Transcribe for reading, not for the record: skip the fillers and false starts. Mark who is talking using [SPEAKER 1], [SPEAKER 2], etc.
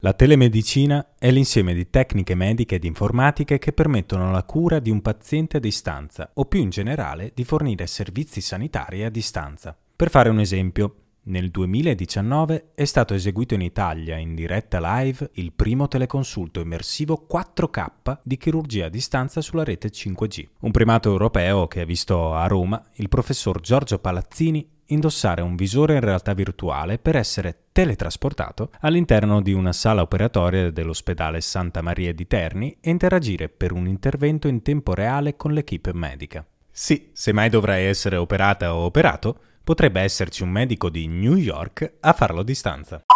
[SPEAKER 1] La telemedicina è l'insieme di tecniche mediche ed informatiche che permettono la cura di un paziente a distanza o più in generale di fornire servizi sanitari a distanza. Per fare un esempio, nel 2019 è stato eseguito in Italia in diretta live il primo teleconsulto immersivo 4K di chirurgia a distanza sulla rete 5G. Un primato europeo che ha visto a Roma il professor Giorgio Palazzini indossare un visore in realtà virtuale per essere teletrasportato all'interno di una sala operatoria dell'ospedale Santa Maria di Terni e interagire per un intervento in tempo reale con l'equipe medica. Sì, se mai dovrai essere operata o operato, potrebbe esserci un medico di New York a farlo a distanza.